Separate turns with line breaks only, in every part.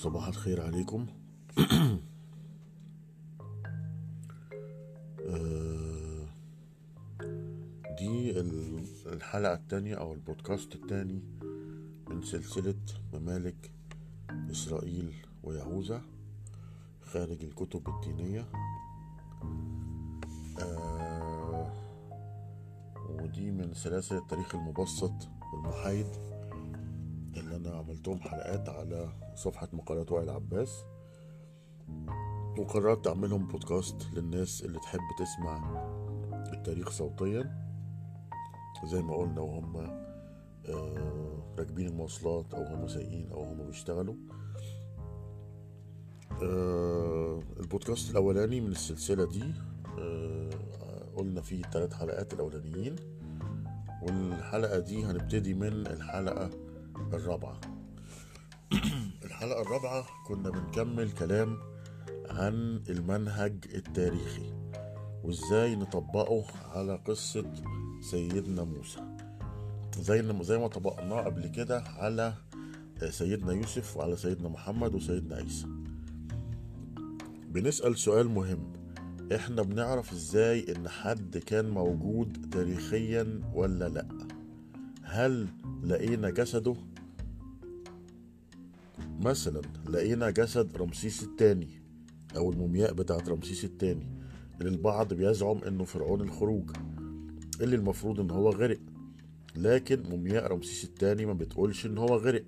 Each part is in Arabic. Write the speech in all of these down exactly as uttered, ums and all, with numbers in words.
صباح الخير عليكم. آه، دي ال- الحلقة التانية أو البودكاست التاني من سلسلة ممالك إسرائيل ويهوذا خارج الكتب الدينية. آه، ودي من سلاسل التاريخ المبسط والمحايد اللي أنا عملتهم حلقات على صفحة مقالات وائل عباس، وقررت أعملهم بودكاست للناس اللي تحب تسمع التاريخ صوتيا زي ما قلنا وهم آه راكبين المواصلات او هم سايقين او هم بيشتغلوا. آه البودكاست الاولاني من السلسلة دي آه قلنا فيه الثلاث حلقات الاولانيين، والحلقة دي هنبتدي من الحلقة الرابعة. الحلقة الرابعة كنا بنكمل كلام عن المنهج التاريخي وازاي نطبقه على قصة سيدنا موسى، زي زي ما طبقناه قبل كده على سيدنا يوسف وعلى سيدنا محمد وسيدنا عيسى. بنسأل سؤال مهم: احنا بنعرف ازاي ان حد كان موجود تاريخيا ولا لا؟ هل لقينا جسده؟ مثلا لقينا جسد رمسيس الثاني او المومياء بتاعت رمسيس الثاني اللي البعض بيزعم انه فرعون الخروج اللي المفروض ان هو غرق، لكن مومياء رمسيس الثاني ما بتقولش ان هو غرق.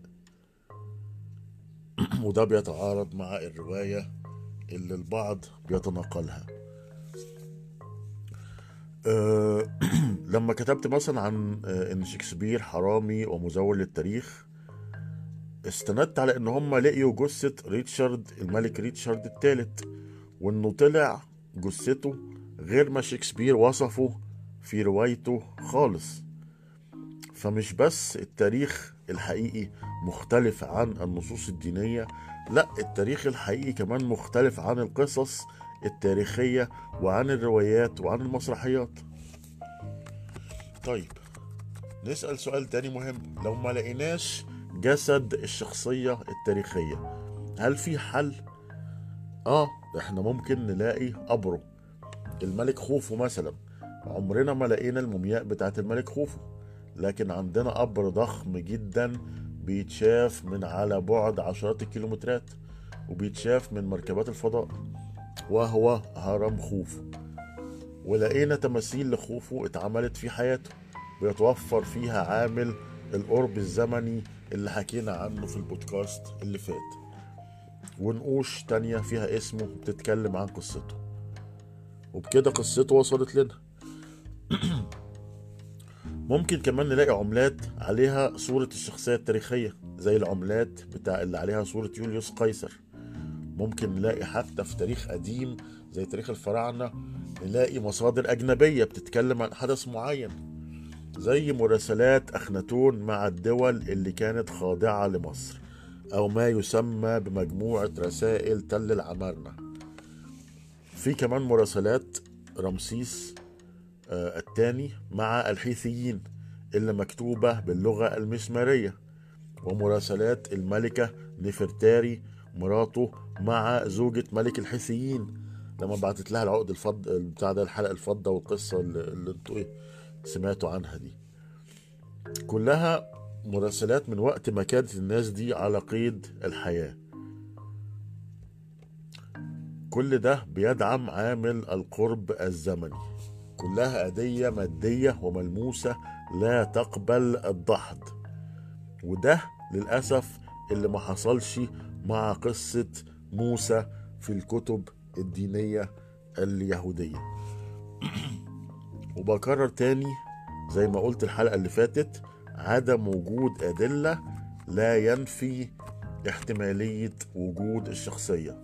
وده بيتعارض مع الرواية اللي البعض بيتناقلها. أه لما كتبت مثلا عن أه ان شكسبير حرامي ومزور للتاريخ، استندت على ان هم لقيوا جثة ريتشارد الملك ريتشارد الثالث، وانه طلع جثته غير ما شكسبير وصفه في روايته خالص. فمش بس التاريخ الحقيقي مختلف عن النصوص الدينية، لا، التاريخ الحقيقي كمان مختلف عن القصص التاريخية وعن الروايات وعن المسرحيات. طيب نسأل سؤال تاني مهم: لو ما لقيناش جسد الشخصية التاريخية هل في حل؟ اه احنا ممكن نلاقي قبره. الملك خوفو مثلا، عمرنا ما لقينا المومياء بتاعت الملك خوفو، لكن عندنا قبر ضخم جدا بيتشاف من على بعد عشرات الكيلومترات وبيتشاف من مركبات الفضاء، وهو هرم خوفو. ولقينا تماثيل لخوفو اتعملت في حياته بيتوفر فيها عامل القرب الزمني اللي حكينا عنه في البودكاست اللي فات، ونقوش تانية فيها اسمه بتتكلم عن قصته، وبكده قصته وصلت لنا. ممكن كمان نلاقي عملات عليها صورة الشخصية التاريخية زي العملات بتاع اللي عليها صورة يوليوس قيصر. ممكن نلاقي حتى في تاريخ قديم زي تاريخ الفراعنة نلاقي مصادر أجنبية بتتكلم عن حدث معين، زي مراسلات أخناتون مع الدول اللي كانت خاضعة لمصر، أو ما يسمى بمجموعة رسائل تل العمارنة. في كمان مراسلات رمسيس آه الثاني مع الحيثيين اللي مكتوبة باللغة المسمارية، ومراسلات الملكة نفرتاري مراته مع زوجة ملك الحيثيين لما بعتت لها العقد الفض بتاع ده الحلقة الفضة والقصة اللي, اللي انتوا ايه سمعتوا عنها دي. كلها مراسلات من وقت ما كانت الناس دي على قيد الحياة. كل ده بيدعم عامل القرب الزمني، كلها أدية مادية وملموسة لا تقبل الدحض. وده للأسف اللي ما حصلش مع قصة موسى في الكتب الدينية اليهودية. وبكرر تاني زي ما قلت الحلقة اللي فاتت: عدم وجود أدلة لا ينفي احتمالية وجود الشخصية.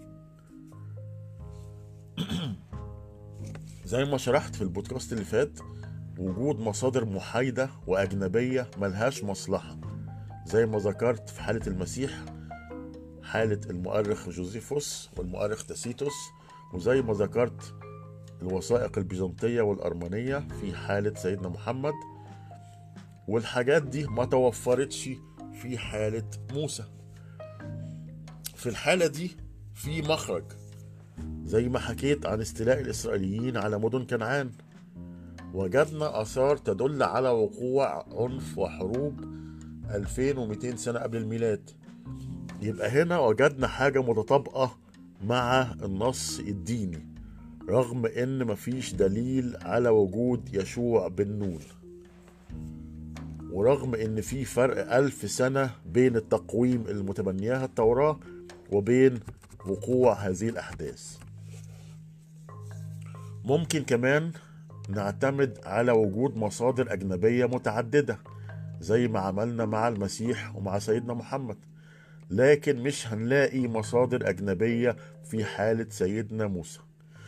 زي ما شرحت في البودكاست اللي فات، وجود مصادر محايدة وأجنبية ملهاش مصلحة، زي ما ذكرت في حالة المسيح، حالة المؤرخ جوزيفوس والمؤرخ تاسيتوس، وزي ما ذكرت الوثائق البيزنطية والأرمنية في حالة سيدنا محمد. والحاجات دي ما توفرتش في حالة موسى. في الحالة دي في مخرج، زي ما حكيت عن استيلاء الإسرائيليين على مدن كنعان. وجدنا آثار تدل على وقوع عنف وحروب ألفين ومئتين سنة قبل الميلاد. يبقى هنا وجدنا حاجة متطابقة مع النص الديني، رغم ان مفيش دليل على وجود يشوع بن نون، ورغم ان في فرق ألف سنة بين التقويم اللي متبنياها التوراة وبين وقوع هذه الأحداث. ممكن كمان نعتمد على وجود مصادر أجنبية متعددة زي ما عملنا مع المسيح ومع سيدنا محمد، لكن مش هنلاقي مصادر أجنبية في حالة سيدنا موسى.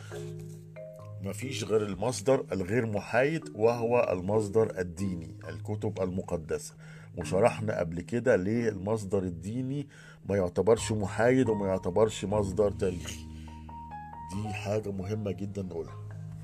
مفيش غير المصدر الغير محايد، وهو المصدر الديني، الكتب المقدسة. وشرحنا قبل كده ليه المصدر الديني ما يعتبرش محايد وما يعتبرش مصدر تاريخي. دي حاجة مهمة جدا نقولها.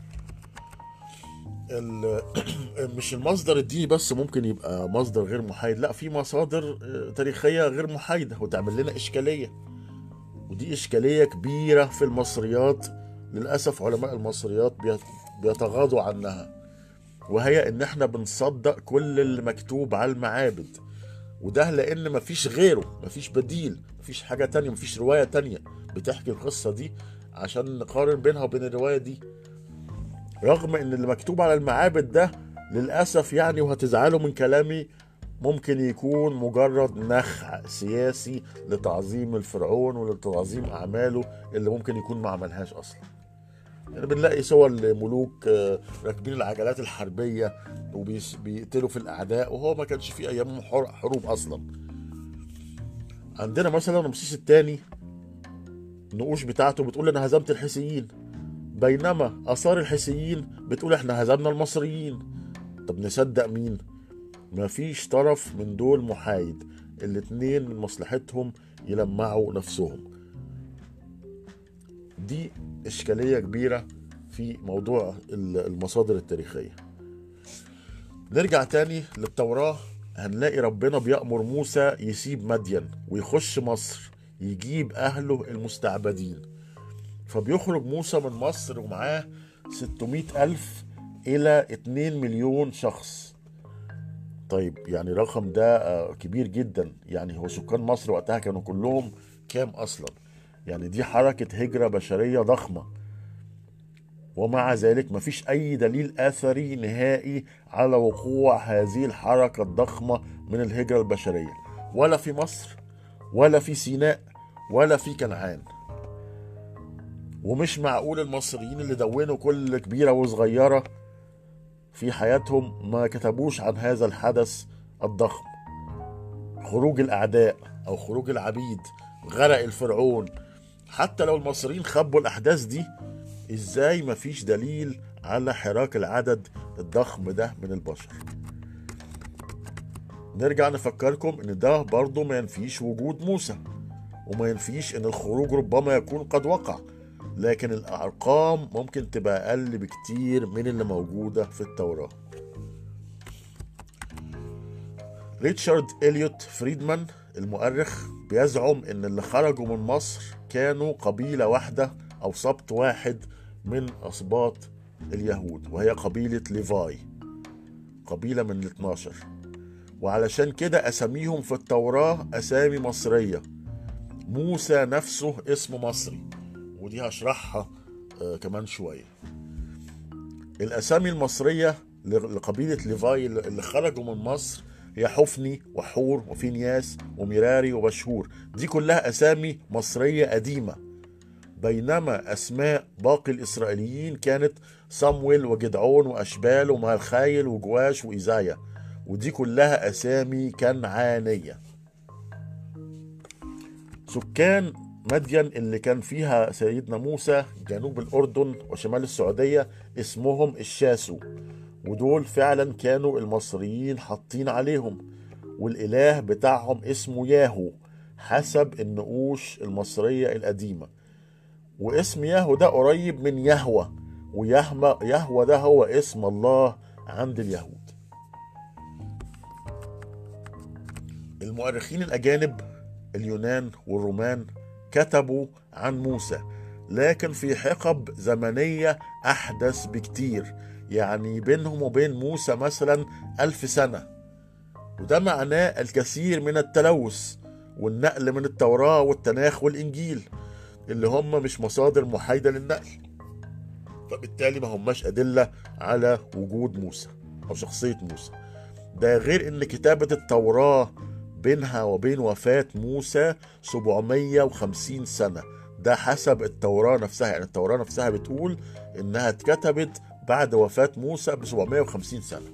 مش المصدر الديني بس ممكن يبقى مصدر غير محايد، لا، في مصادر تاريخية غير محايدة وتعمل لنا إشكالية، ودي إشكالية كبيرة في المصريات. للأسف علماء المصريات بيتغاضوا عنها، وهي إن إحنا بنصدق كل اللي مكتوب على المعابد، وده لأن مفيش غيره، مفيش بديل، مفيش حاجة تانية، مفيش رواية تانية بتحكي القصة دي عشان نقارن بينها وبين الرواية دي. رغم إن اللي مكتوب على المعابد ده للأسف يعني، وهتزعلوا من كلامي، ممكن يكون مجرد نخع سياسي لتعظيم الفرعون ولتعظيم أعماله اللي ممكن يكون ما عملهاش أصلا. يعني بنلاقي صور لملوك راكبين العجلات الحربية وبيقتلوا في الأعداء، وهو ما كانش في أيامهم حروب أصلا. عندنا مثلا رمسيس الثاني، النقوش بتاعته بتقول أنا هزمت الحيثيين، بينما آثار الحيثيين بتقول احنا هزمنا المصريين. طب نصدق مين؟ مفيش طرف من دول محايد، الاتنين من مصلحتهم يلمعوا نفسهم. دي إشكالية كبيرة في موضوع المصادر التاريخية. نرجع تاني للتوراة، هنلاقي ربنا بيأمر موسى يسيب مدين ويخش مصر يجيب أهله المستعبدين. فبيخرج موسى من مصر ومعاه ستمائة ألف إلى اتنين مليون شخص. طيب يعني الرقم ده كبير جدا، يعني هو سكان مصر وقتها كانوا كلهم كام أصلا؟ يعني دي حركة هجرة بشرية ضخمة، ومع ذلك مفيش أي دليل أثري نهائي على وقوع هذه الحركة الضخمة من الهجرة البشرية، ولا في مصر ولا في سيناء ولا في كنعان. ومش معقول المصريين اللي دونوا كل كبيرة وصغيرة في حياتهم ما كتبوش عن هذا الحدث الضخم، خروج الأعداء أو خروج العبيد، غرق الفرعون. حتى لو المصريين خبوا الأحداث دي، إزاي مفيش دليل على حراك العدد الضخم ده من البشر؟ نرجع نفكركم إن ده برضو ما ينفيش وجود موسى، وما ينفيش إن الخروج ربما يكون قد وقع، لكن الأرقام ممكن تبقى أقل بكتير من اللي موجودة في التوراة. ريتشارد إليوت فريدمان المؤرخ بيزعم إن اللي خرجوا من مصر كانوا قبيلة واحدة أو سبط واحد من أسباط اليهود، وهي قبيلة ليفاي، قبيلة من الاثناشر. وعلشان كده أساميهم في التوراة أسامي مصرية. موسى نفسه اسم مصري، ودي هشرحها آه كمان شوية. الأسامي المصرية لقبيلة ليفاي اللي خرجوا من مصر هي حفني وحور وفينياس وميراري وبشهور، دي كلها أسامي مصرية قديمة. بينما أسماء باقي الإسرائيليين كانت صمويل وجدعون وأشبال ومالخايل وجواش وإيزايا، ودي كلها أسامي كنعانية. سكان مدين اللي كان فيها سيدنا موسى جنوب الأردن وشمال السعودية اسمهم الشاسو، ودول فعلا كانوا المصريين حاطين عليهم، والإله بتاعهم اسمه ياهو حسب النقوش المصرية القديمة. واسم ياهو ده قريب من يهوه، ويهوه ده هو اسم الله عند اليهود. المؤرخين الأجانب اليونان والرومان كتبوا عن موسى، لكن في حقب زمنية أحدث بكتير، يعني بينهم وبين موسى مثلا ألف سنة. وده معناه الكثير من التلوث والنقل من التوراة والتناخ والإنجيل اللي هم مش مصادر محايدة للنقل، فبالتالي ما هماش أدلة على وجود موسى أو شخصية موسى. ده غير إن كتابة التوراة بينها وبين وفاة موسى سبعمية وخمسين سنة، ده حسب التوراة نفسها. يعني التوراة نفسها بتقول إنها اتكتبت بعد وفاة موسى ب سبعمية وخمسين سنة.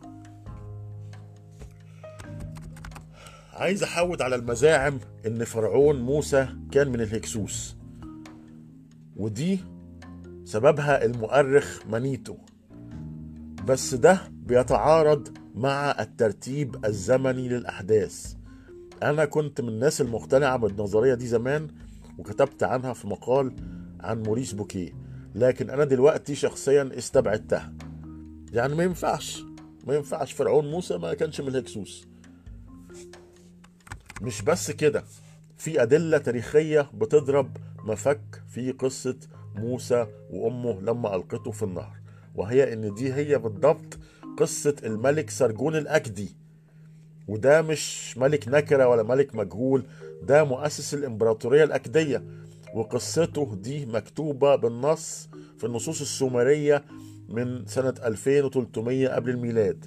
عايز أحود على المزاعم إن فرعون موسى كان من الهكسوس، ودي سببها المؤرخ مانيتو، بس ده بيتعارض مع الترتيب الزمني للأحداث. أنا كنت من الناس المقتنعة بالنظرية دي زمان، وكتبت عنها في مقال عن موريس بوكيه، لكن أنا دلوقتي شخصيا استبعدتها. يعني ما ينفعش ما ينفعش فرعون موسى ما كانش من الهكسوس. مش بس كده، في أدلة تاريخية بتضرب مفك في قصة موسى وأمه لما ألقته في النهر، وهي إن دي هي بالضبط قصة الملك سرجون الأكدي. وده مش ملك نكرة ولا ملك مجهول، ده مؤسس الإمبراطورية الأكدية، وقصته دي مكتوبة بالنص في النصوص السومرية من سنة ألفين وثلاثمية قبل الميلاد.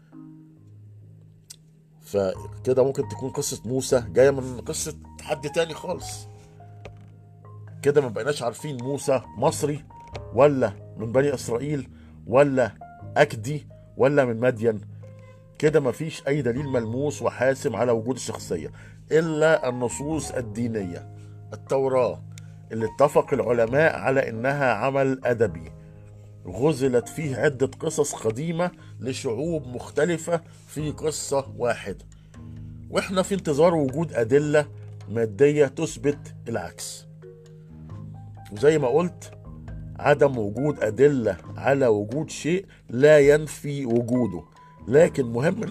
فكده ممكن تكون قصة موسى جاية من قصة حد تاني خالص. كده ما بقيناش عارفين موسى مصري ولا من بني إسرائيل ولا أكدي ولا من مدين. كده ما فيش أي دليل ملموس وحاسم على وجود الشخصية إلا النصوص الدينية. التوراة اللي اتفق العلماء على إنها عمل أدبي غزلت فيه عدة قصص قديمة لشعوب مختلفة في قصة واحدة، وإحنا في انتظار وجود أدلة مادية تثبت العكس. وزي ما قلت، عدم وجود أدلة على وجود شيء لا ينفي وجوده، لكن مهم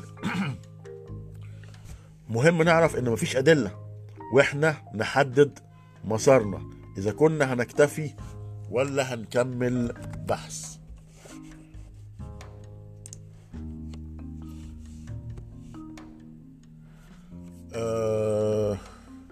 مهم نعرف إن مفيش أدلة، وإحنا نحدد مسارنا إذا كنا هنكتفي ولا هنكمل بحث. أه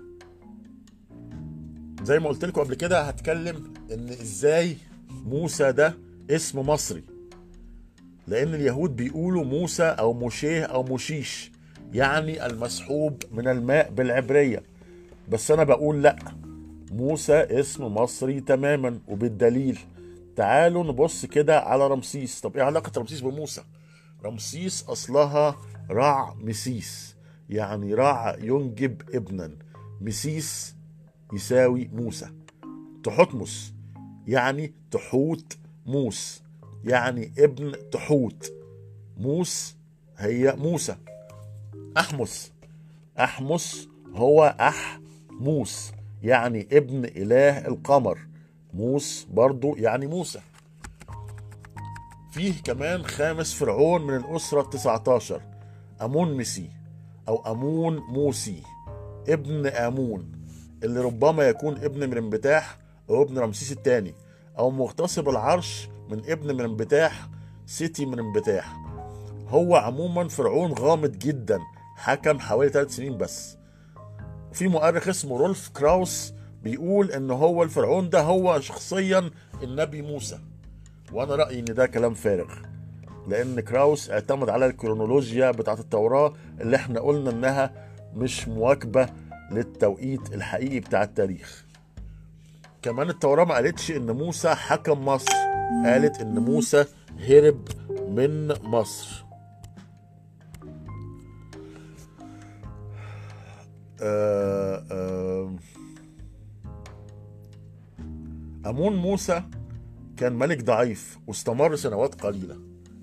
زي ما قلت لكم قبل كده، هتكلم ان ازاي موسى ده اسم مصري، لان اليهود بيقولوا موسى او موشيه او موشيش، يعني المسحوب من الماء بالعبرية، بس انا بقول لا، موسى اسم مصري تماما. وبالدليل تعالوا نبص كده على رمسيس. طب ايه علاقة رمسيس بموسى؟ رمسيس اصلها رع مسيس، يعني رع ينجب ابنا، مسيس يساوي موسى. تحتمس يعني تحوت موس، يعني ابن تحوت. موس هي موسى. أحمس أحمس هو أح موس، يعني ابن إله القمر. موس برضو يعني موسى. فيه كمان خامس فرعون من الأسرة التسعتاشر، أمون مسي أو أمون موسي، ابن آمون، اللي ربما يكون ابن مرنبتاح أو ابن رمسيس الثاني، أو مغتصب العرش من ابن مرنبتاح سيتي مرنبتاح. هو عموما فرعون غامض جدا، حكم حوالي ثلاث سنين بس. في مؤرخ اسمه رولف كراوس بيقول ان هو الفرعون ده هو شخصيا النبي موسى، وانا رأيي ان ده كلام فارغ، لان كراوس اعتمد على الكرونولوجيا بتاعت التوراة اللي احنا قلنا انها مش مواكبة للتوقيت الحقيقي بتاع التاريخ. كمان التوراة ما قالتش ان موسى حكم مصر، قالت ان موسى هرب من مصر. آه آه أمون موسى كان ملك ضعيف واستمر سنوات قليلة.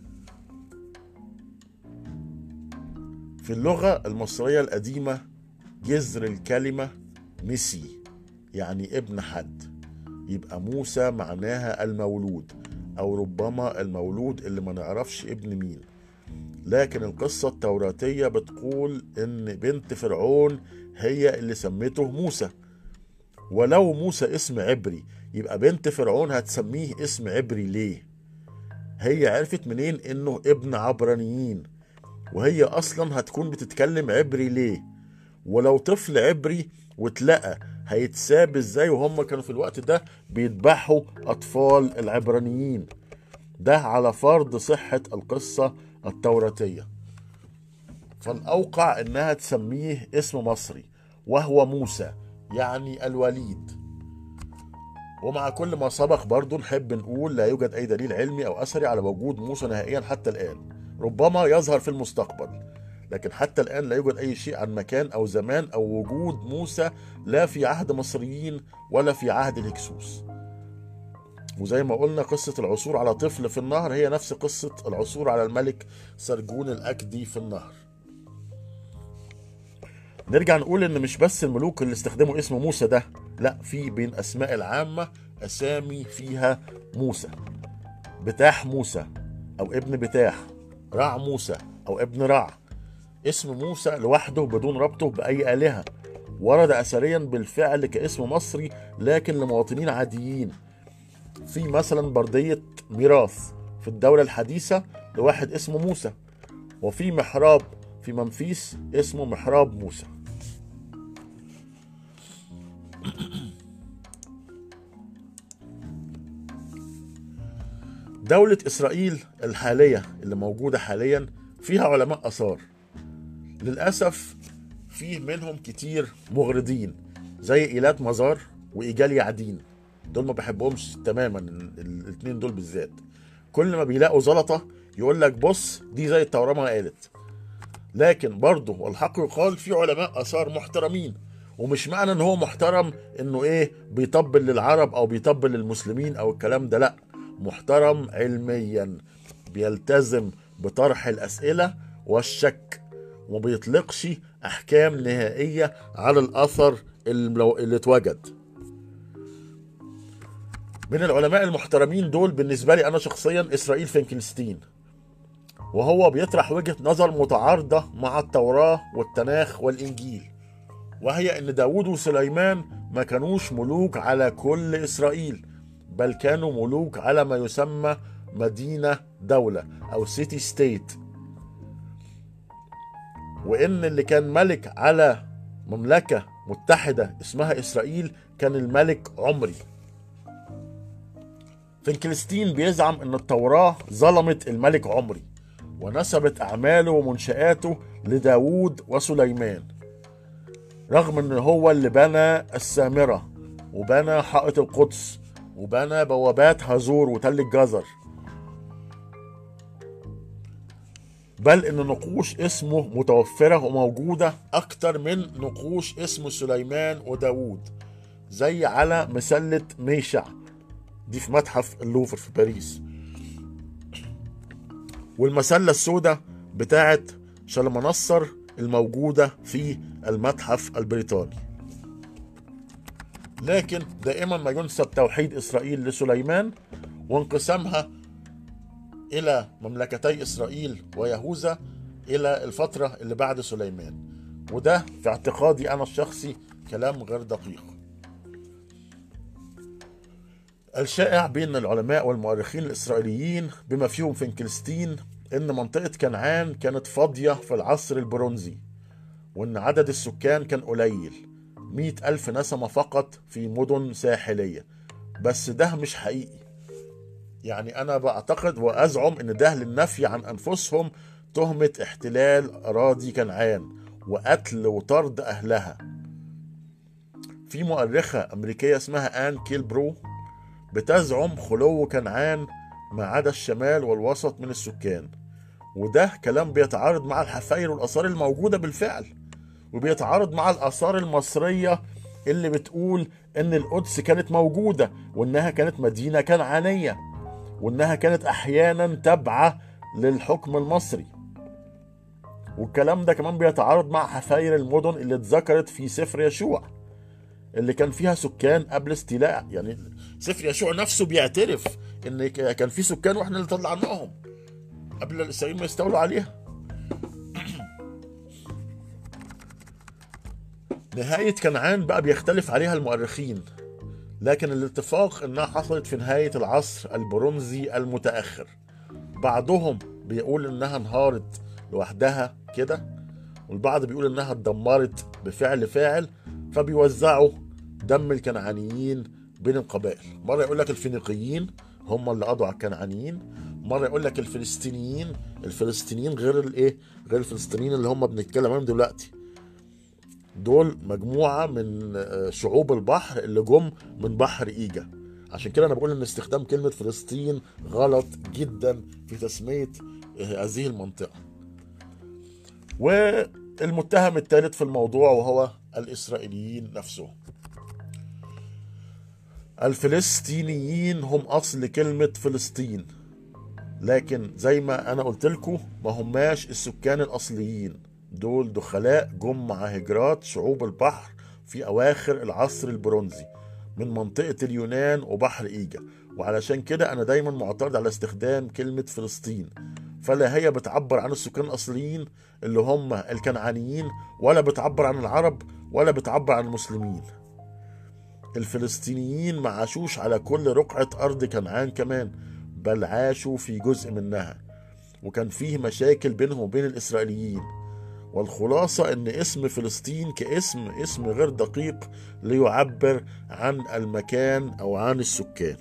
في اللغة المصرية القديمة جذر الكلمة مسي يعني ابن حد، يبقى موسى معناها المولود، أو ربما المولود اللي ما نعرفش ابن مين. لكن القصة التوراتية بتقول إن بنت فرعون هي اللي سمته موسى، ولو موسى اسم عبري، يبقى بنت فرعون هتسميه اسم عبري ليه؟ هي عرفت منين انه ابن عبرانيين؟ وهي اصلا هتكون بتتكلم عبري ليه؟ ولو طفل عبري واتلقى هيتساب ازاي وهم كانوا في الوقت ده بيذبحوا اطفال العبرانيين؟ ده على فرض صحة القصة التوراتية. فالاوقع انها تسميه اسم مصري وهو موسى، يعني الوليد. ومع كل ما سبق برضو نحب نقول لا يوجد أي دليل علمي أو أثري على وجود موسى نهائيا حتى الآن، ربما يظهر في المستقبل، لكن حتى الآن لا يوجد أي شيء عن مكان أو زمان أو وجود موسى، لا في عهد مصريين ولا في عهد الهكسوس. وزي ما قلنا قصة العثور على طفل في النهر هي نفس قصة العثور على الملك سرجون الأكدي في النهر. نرجع نقول ان مش بس الملوك اللي استخدموا اسم موسى ده، لا، في بين اسماء العامة اسامي فيها موسى. بتاح موسى او ابن بتاح، رع موسى او ابن رع. اسم موسى لوحده بدون ربطه بأي آلهة ورد أثريا بالفعل كاسم مصري لكن لمواطنين عاديين. في مثلا بردية ميراث في الدولة الحديثة لواحد اسمه موسى، وفي محراب في منفيس اسمه محراب موسى. دولة إسرائيل الحالية اللي موجودة حاليا فيها علماء آثار، للأسف فيه منهم كتير مغرضين زي إيلات مزار وإيجال يعدين. دول ما بحبهمش تماما، الاثنين دول بالذات. كل ما بيلاقوا زلطة يقول لك بص دي زي التوراة ما قالت. لكن برضه والحق يقال في علماء آثار محترمين، ومش معنى ان هو محترم انه ايه بيطبل للعرب او بيطبل للمسلمين او الكلام ده، لا، محترم علميا، بيلتزم بطرح الأسئلة والشك وما بيطلقش احكام نهائية على الاثر اللي اتوجد. من العلماء المحترمين دول بالنسبة لي انا شخصيا اسرائيل فينكلستين، وهو بيطرح وجهة نظر متعارضة مع التوراة والتناخ والإنجيل، وهي إن داود وسليمان ما كانوش ملوك على كل إسرائيل، بل كانوا ملوك على ما يسمى مدينة دولة أو سيتي ستيت، وإن اللي كان ملك على مملكة متحدة اسمها إسرائيل كان الملك عمري. فينكلستين بيزعم إن التوراة ظلمت الملك عمري ونسبت أعماله ومنشآته لداود وسليمان، رغم ان هو اللي بنى السامرة وبنى حائط القدس وبنى بوابات هازور وتل الجزر، بل ان نقوش اسمه متوفرة وموجودة اكتر من نقوش اسم سليمان وداود، زي على مسلة ميشع دي في متحف اللوفر في باريس، والمسلة السوداء بتاعت شلمنصر الموجودة في المتحف البريطاني. لكن دائما ما ينسب توحيد إسرائيل لسليمان وانقسامها إلى مملكتي إسرائيل ويهوذا إلى الفترة اللي بعد سليمان، وده في اعتقادي أنا الشخصي كلام غير دقيق. الشائع بين العلماء والمؤرخين الإسرائيليين بما فيهم فينكلستين إن منطقة كنعان كانت فاضية في العصر البرونزي، وإن عدد السكان كان قليل، مئة ألف نسمة فقط في مدن ساحلية. بس ده مش حقيقي، يعني أنا بعتقد وأزعم إن ده للنفي عن أنفسهم تهمة احتلال أراضي كنعان وقتل وطرد أهلها. في مؤرخة أمريكية اسمها آن كيلبرو بتزعم خلو كنعان ما عدا الشمال والوسط من السكان، وده كلام بيتعارض مع الحفاير والآثار الموجودة بالفعل، وبيتعارض مع الآثار المصرية اللي بتقول إن القدس كانت موجودة وإنها كانت مدينة كنعانية وإنها كانت أحيانا تابعة للحكم المصري. والكلام ده كمان بيتعارض مع حفاير المدن اللي اتذكرت في سفر يشوع اللي كان فيها سكان قبل استيلاء، يعني سفر يشوع نفسه بيعترف إن كان في سكان وإحنا اللي طلعناهم قبل الإسرائيليين ما يستولوا عليها. نهاية كنعان بقى بيختلف عليها المؤرخين، لكن الاتفاق انها حصلت في نهاية العصر البرونزي المتأخر. بعضهم بيقول انها انهارت لوحدها كده، والبعض بيقول انها اتدمرت بفعل فاعل، فبيوزعوا دم الكنعانيين بين القبائل. مرة يقول لك الفينيقيين هم اللي قضوا على الكنعانيين، مرة يقول لك الفلسطينيين. الفلسطينيين غير الايه، غير الفلسطينيين اللي هم بنتكلم عنهم دلوقتي. دول مجموعة من شعوب البحر اللي جم من بحر إيجا. عشان كده أنا بقول إن استخدام كلمة فلسطين غلط جدا في تسمية هذه المنطقة. والمتهم الثالث في الموضوع وهو الإسرائيليين نفسهم. الفلسطينيين هم أصل كلمة فلسطين، لكن زي ما أنا قلت لكم ما هماش السكان الأصليين، دول دخلاء جم مع هجرات شعوب البحر في أواخر العصر البرونزي من منطقة اليونان وبحر إيجا. وعلشان كده أنا دايما معترض على استخدام كلمة فلسطين، فلا هي بتعبر عن السكان الأصليين اللي هم الكنعانيين، ولا بتعبر عن العرب، ولا بتعبر عن المسلمين. الفلسطينيين ما عاشوش على كل رقعة أرض كنعان كمان، بل عاشوا في جزء منها، وكان فيه مشاكل بينهم وبين الإسرائيليين. والخلاصة ان اسم فلسطين كاسم اسم غير دقيق ليعبر عن المكان او عن السكان.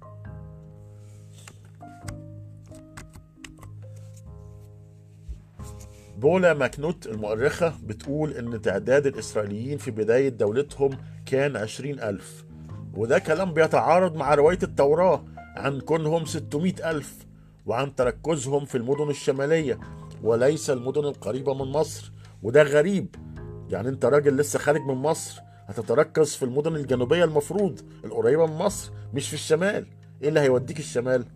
بولا ماكنوت المؤرخة بتقول ان تعداد الاسرائيليين في بداية دولتهم كان عشرين الف، وده كلام بيتعارض مع رواية التوراة عن كونهم ستمائة الف، وعن تركزهم في المدن الشمالية وليس المدن القريبة من مصر. وده غريب، يعني انت راجل لسه خارج من مصر هتتركز في المدن الجنوبية المفروض القريبة من مصر، مش في الشمال. ايه اللي هيوديك الشمال؟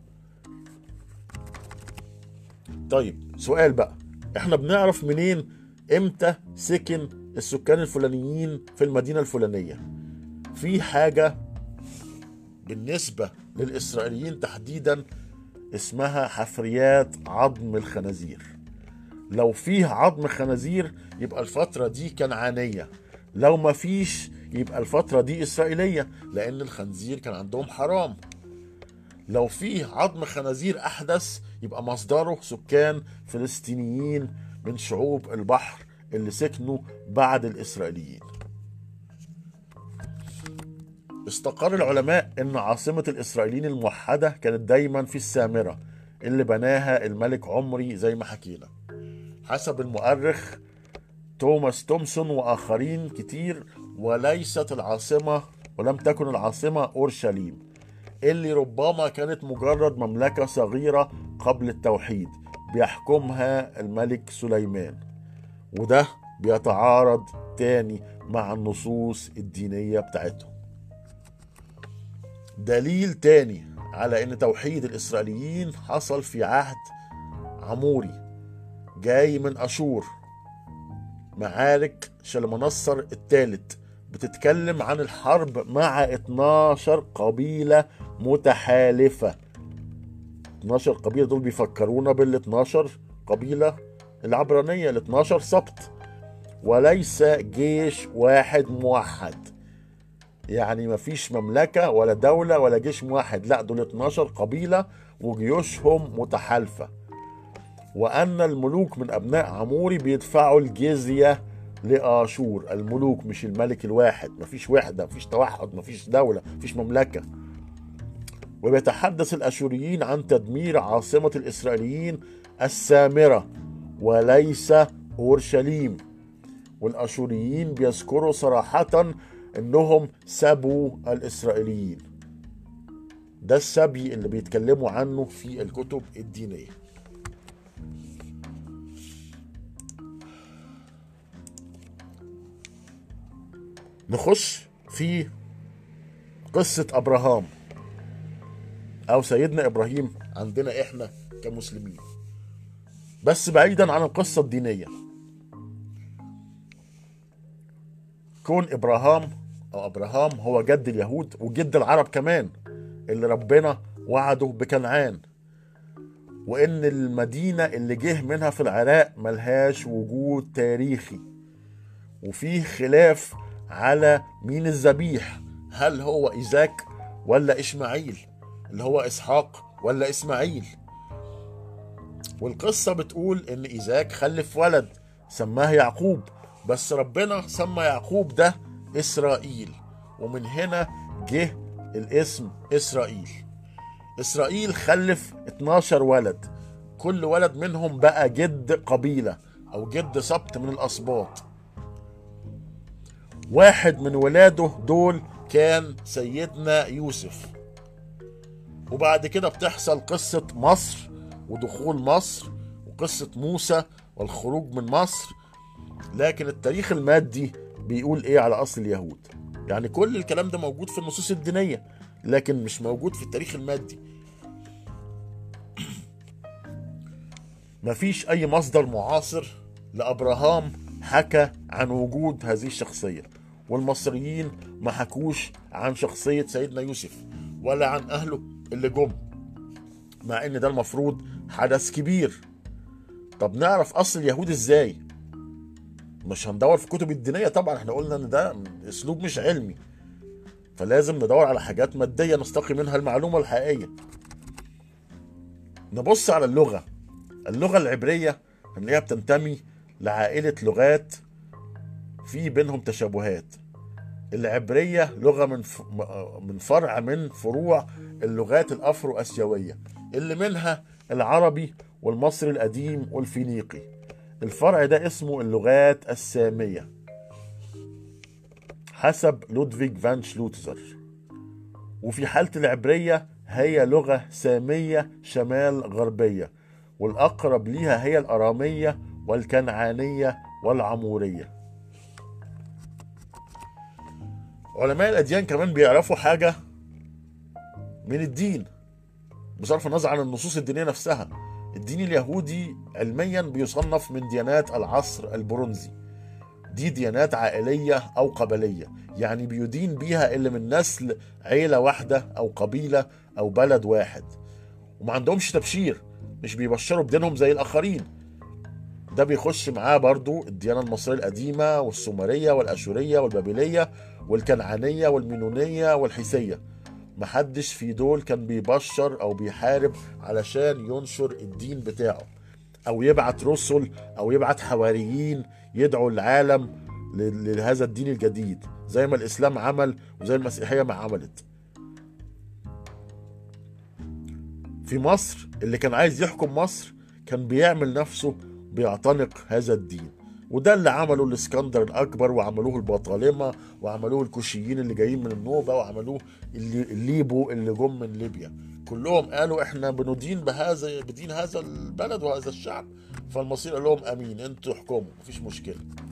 طيب سؤال بقى، احنا بنعرف منين امتى سكن السكان الفلانيين في المدينة الفلانية؟ في حاجة بالنسبة للإسرائيليين تحديدا اسمها حفريات عظم الخنازير. لو فيه عظم خنازير يبقى الفترة دي كنعانية، لو ما فيش يبقى الفترة دي إسرائيلية، لأن الخنزير كان عندهم حرام. لو فيه عظم خنازير أحدث يبقى مصدره سكان فلسطينيين من شعوب البحر اللي سكنوا بعد الإسرائيليين. استقر العلماء ان عاصمة الاسرائيليين الموحدة كانت دايما في السامرة اللي بناها الملك عمري زي ما حكينا، حسب المؤرخ توماس تومسون واخرين كتير، وليست العاصمة ولم تكن العاصمة اورشليم اللي ربما كانت مجرد مملكة صغيرة قبل التوحيد بيحكمها الملك سليمان. وده بيتعارض تاني مع النصوص الدينية بتاعتهم. دليل تاني على ان توحيد الاسرائيليين حصل في عهد عموري جاي من اشور. معارك شلمنصر الثالث بتتكلم عن الحرب مع اتناشر قبيلة متحالفة. اتناشر قبيلة دول بيفكرونا بال اتناشر قبيلة العبرانية، ال اتناشر سبط، وليس جيش واحد موحد. يعني مفيش مملكة ولا دولة ولا جيش موحد، لا دول اتناشر قبيلة وجيوشهم متحالفة. وأن الملوك من أبناء عموري بيدفعوا الجزية لآشور. الملوك مش الملك الواحد، مفيش وحدة، مفيش توحد، مفيش دولة، مفيش مملكة. وبيتحدث الأشوريين عن تدمير عاصمة الإسرائيليين السامرة وليس أورشليم. والأشوريين بيذكروا صراحة انهم سبوا الاسرائيليين. ده السبي اللي بيتكلموا عنه في الكتب الدينية. نخش في قصة ابراهام او سيدنا ابراهيم عندنا احنا كمسلمين، بس بعيدا عن القصة الدينية. كون ابراهام او ابراهام هو جد اليهود وجد العرب كمان اللي ربنا وعده بكنعان، وان المدينة اللي جه منها في العراق ملهاش وجود تاريخي، وفيه خلاف على مين الذبيح، هل هو إيزاك ولا إشماعيل، اللي هو إسحاق ولا إسماعيل. والقصة بتقول إن إيزاك خلف ولد سماه يعقوب، بس ربنا سمى يعقوب ده إسرائيل، ومن هنا جه الاسم إسرائيل. إسرائيل خلف اتناشر ولد، كل ولد منهم بقى جد قبيلة أو جد سبط من الأسباط. واحد من ولاده دول كان سيدنا يوسف. وبعد كده بتحصل قصة مصر ودخول مصر وقصة موسى والخروج من مصر. لكن التاريخ المادي بيقول ايه على اصل اليهود؟ يعني كل الكلام ده موجود في النصوص الدينية لكن مش موجود في التاريخ المادي. مفيش اي مصدر معاصر لابراهام حكى عن وجود هذه الشخصية، والمصريين ما حكوش عن شخصية سيدنا يوسف ولا عن اهله اللي جم، مع ان ده المفروض حدث كبير. طب نعرف اصل اليهود ازاي؟ مش هندور في كتب الدينية طبعا، احنا قلنا ان ده اسلوب مش علمي، فلازم ندور على حاجات مادية نستقي منها المعلومة الحقيقية. نبص على اللغة. اللغة العبرية هنلاقيها بتنتمي لعائلة لغات في بينهم تشابهات. العبرية لغة من من فرع من فروع اللغات الأفرو أسيوية، اللي منها العربي والمصري القديم والفينيقي. الفرع ده اسمه اللغات السامية حسب لودفيج فان شلوتزر. وفي حالة العبرية هي لغة سامية شمال غربية، والأقرب ليها هي الأرامية والكنعانية والعمورية. علماء الأديان كمان بيعرفوا حاجة من الدين بصرف النظر عن النصوص الدينية نفسها. الدين اليهودي علميا بيصنف من ديانات العصر البرونزي. دي ديانات عائلية أو قبلية، يعني بيدين بيها اللي من نسل عيلة واحدة أو قبيلة أو بلد واحد، وما عندهمش تبشير، مش بيبشروا بدينهم زي الآخرين. ده بيخش معاه برضو الديانة المصرية القديمة والسومرية والأشورية والبابلية والكنعانية والمينونية والحيثية. محدش في دول كان بيبشر أو بيحارب علشان ينشر الدين بتاعه، أو يبعت رسل أو يبعت حواريين يدعوا العالم لهذا الدين الجديد زي ما الإسلام عمل وزي المسيحية ما عملت. في مصر اللي كان عايز يحكم مصر كان بيعمل نفسه بيعتنق هذا الدين، وده اللي عمله الاسكندر الأكبر، وعملوه البطالمة، وعملوه الكوشيين اللي جايين من النوبة، وعملوه الليبو اللي جم من ليبيا. كلهم قالوا احنا بندين بهذا بدين هذا البلد وهذا الشعب، فالمصير قال لهم امين انتوا احكموا مفيش مشكلة.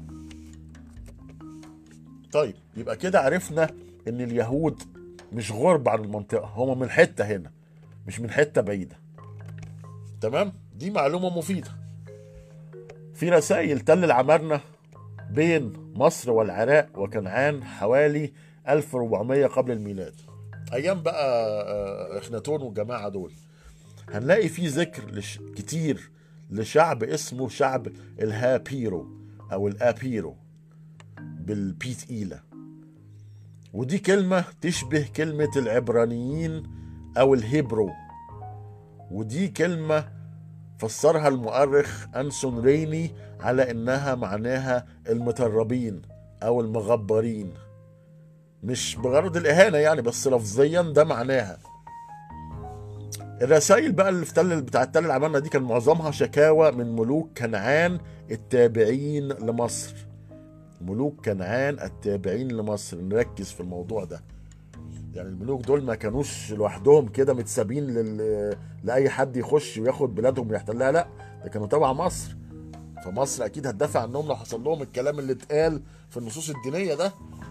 طيب يبقى كده عرفنا ان اليهود مش غرب عن المنطقة، هم من حتة هنا مش من حتة بعيدة. تمام، دي معلومة مفيدة. في رسائل تل العمارنة بين مصر والعراق وكنعان حوالي ألف وأربعمية قبل الميلاد، ايام بقى اخناتون والجماعة دول. هنلاقي فيه ذكر لش... كتير لشعب اسمه شعب الهابيرو او الابيرو بالبي تقيلة، ودي كلمة تشبه كلمة العبرانيين او الهيبرو، ودي كلمة فسرها المؤرخ أنسون ريني على انها معناها المتربين او المغبرين، مش بغرض الاهانة يعني، بس لفظيا ده معناها. الرسائل بقى اللي في تل بتاع تل العمارنة دي كان معظمها شكاوى من ملوك كنعان التابعين لمصر. ملوك كنعان التابعين لمصر، نركز في الموضوع ده. يعني الملوك دول ما كانوش لوحدهم كده متسابين لل... لأي حد يخش وياخد بلادهم ويحتلها، لا ده كانوا تبع مصر، فمصر أكيد هتدافع عنهم لو حصل لهم الكلام اللي اتقال في النصوص الدينية ده.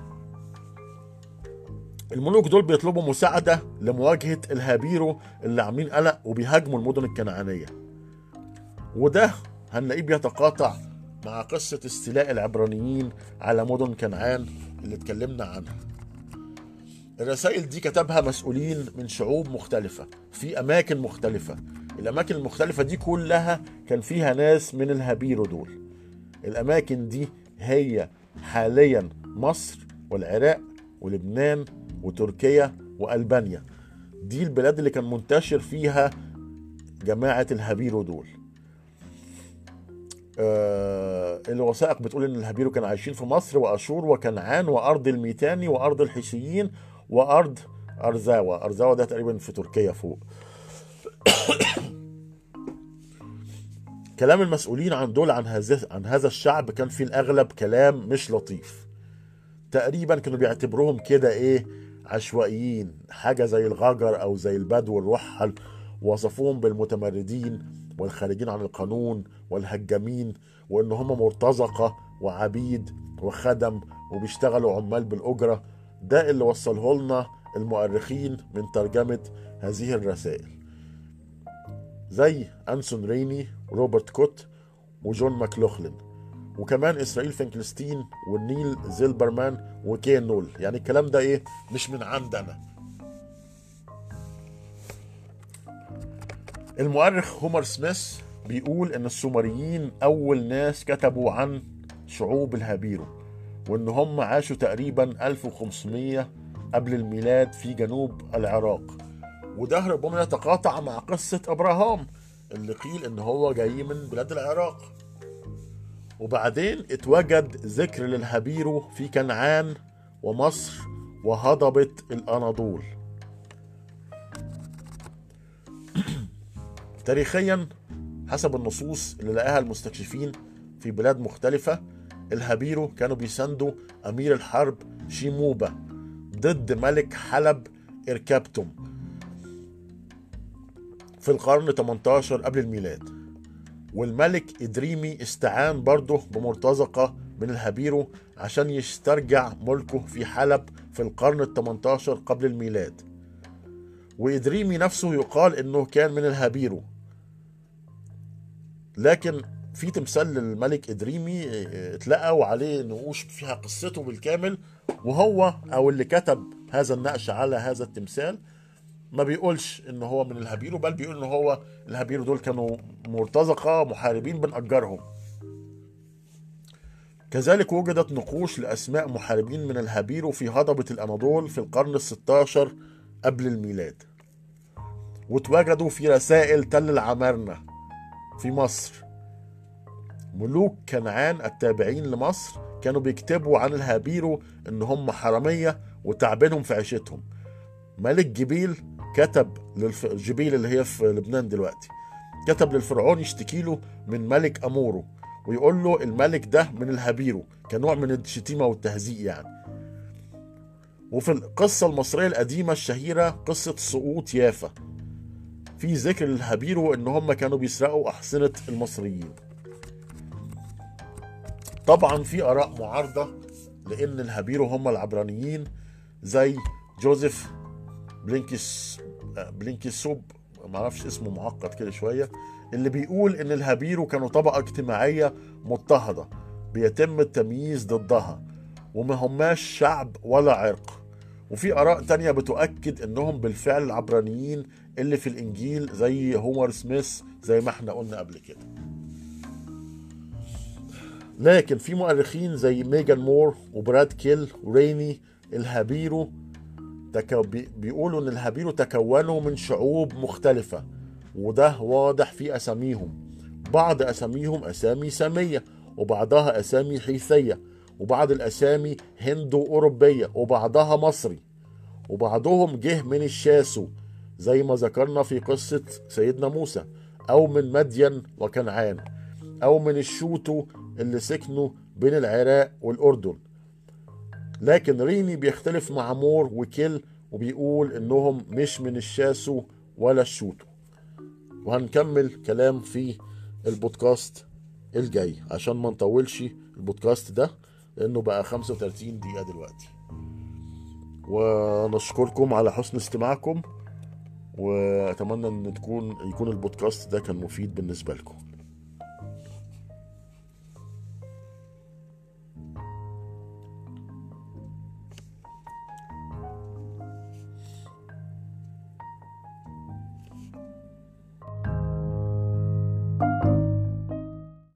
الملوك دول بيطلبوا مساعدة لمواجهة الهابيرو اللي عاملين قلق وبيهاجموا المدن الكنعانية، وده هنلاقيه بيتقاطع مع قصة استيلاء العبرانيين على مدن كنعان اللي اتكلمنا عنها. الرسائل دي كتبها مسؤولين من شعوب مختلفة في أماكن مختلفة. الأماكن المختلفة دي كلها كان فيها ناس من الهابيرو دول. الأماكن دي هي حاليا مصر والعراق ولبنان وتركيا وألبانيا. دي البلاد اللي كان منتشر فيها جماعة الهابيرو دول. آه الوثائق بتقول ان الهابيرو كانوا عايشين في مصر واشور وكنعان وارض الميتاني وارض الحيثيين وارض ارزاوة. ارزاوة ده تقريبا في تركيا فوق. كلام المسؤولين عن دول عن هذا عن هذا الشعب كان في الاغلب كلام مش لطيف. تقريبا كانوا بيعتبروهم كده ايه، عشوائيين، حاجة زي الغجر او زي البدو الرحل. وصفوهم بالمتمردين والخارجين عن القانون والهجامين، وان هم مرتزقة وعبيد وخدم وبيشتغلوا عمال بالأجرة. ده اللي وصله لنا المؤرخين من ترجمة هذه الرسائل، زي أنسون ريني وروبرت كوت وجون ماكلوخلين، وكمان إسرائيل فينكلستين والنيل زيلبرمان وكين نول. يعني الكلام ده إيه، مش من عندنا. المؤرخ هومر سميث بيقول إن السومريين أول ناس كتبوا عن شعوب الهابيرو، وإن هم عاشوا تقريبا ألف وخمسمية قبل الميلاد في جنوب العراق. وده ربما يتقاطع مع قصة أبراهام اللي قيل إن هو جاي من بلاد العراق. وبعدين اتوجد ذكر للهابيرو في كنعان ومصر وهضبة الأناضول. تاريخيا حسب النصوص اللي لقاها المستكشفين في بلاد مختلفة، الهابيرو كانوا بيساندوا أمير الحرب شيموبا ضد ملك حلب إركابتوم في القرن تمنتاشر قبل الميلاد. والملك إدريمي استعان برضه بمرتزقة من الهابيرو عشان يسترجع ملكه في حلب في القرن التمنتاشر قبل الميلاد. وإدريمي نفسه يقال إنه كان من الهابيرو، لكن في تمثال للملك إدريمي اتلقى وعليه نقوش فيها قصته بالكامل، وهو أو اللي كتب هذا النقش على هذا التمثال ما بيقولش إن هو من الهابيرو، بل بيقول إن هو الهابيرو دول كانوا مرتزقة محاربين بنأجرهم. كذلك وجدت نقوش لأسماء محاربين من الهابيرو في هضبة الأناضول في القرن الستاشر قبل الميلاد. واتوجدوا في رسائل تل العمارنة في مصر. ملوك كنعان التابعين لمصر كانوا بيكتبوا عن الهابيرو ان هم حرامية وتعبينهم في عيشتهم. ملك جبيل كتب للف... جبيل اللي هي في لبنان دلوقتي، كتب للفرعون يشتكي له من ملك أمورو ويقول له الملك ده من الهابيرو، كنوع من الشتيمة والتهزيء يعني. وفي القصة المصرية القديمة الشهيرة قصة سقوط يافا، في ذكر للهابيرو ان هم كانوا بيسرقوا أحصنة المصريين. طبعا في آراء معارضة لأن الهابيرو هم العبرانيين، زي جوزيف بلينكس بلينكسوب، معرفش اسمه معقد كده شوية، اللي بيقول إن الهابيرو كانوا طبقة اجتماعية مضطهدة بيتم التمييز ضدها وما هماش شعب ولا عرق. وفي آراء تانية بتؤكد إنهم بالفعل العبرانيين اللي في الإنجيل زي هومر سميث زي ما احنا قلنا قبل كده. لكن في مؤرخين زي ميجان مور وبراد كيل وريني الهابيرو تكو بيقولوا ان الهابيرو تكونوا من شعوب مختلفة، وده واضح في اساميهم. بعض اساميهم اسامي سامية، وبعضها اسامي حيثية، وبعض الاسامي هندو اوروبية، وبعضها مصري، وبعضهم جه من الشاسو زي ما ذكرنا في قصة سيدنا موسى، او من مدين وكنعان، او من الشوتو اللي سكنوا بين العراق والأردن. لكن ريني بيختلف مع مور وكيل وبيقول انهم مش من الشاسو ولا الشوتو. وهنكمل كلام في البودكاست الجاي عشان ما نطولش البودكاست ده لانه بقى خمسة وتلاتين دقيقة دلوقتي. ونشكركم على حسن استماعكم، واتمنى ان تكون يكون البودكاست ده كان مفيد بالنسبة لكم.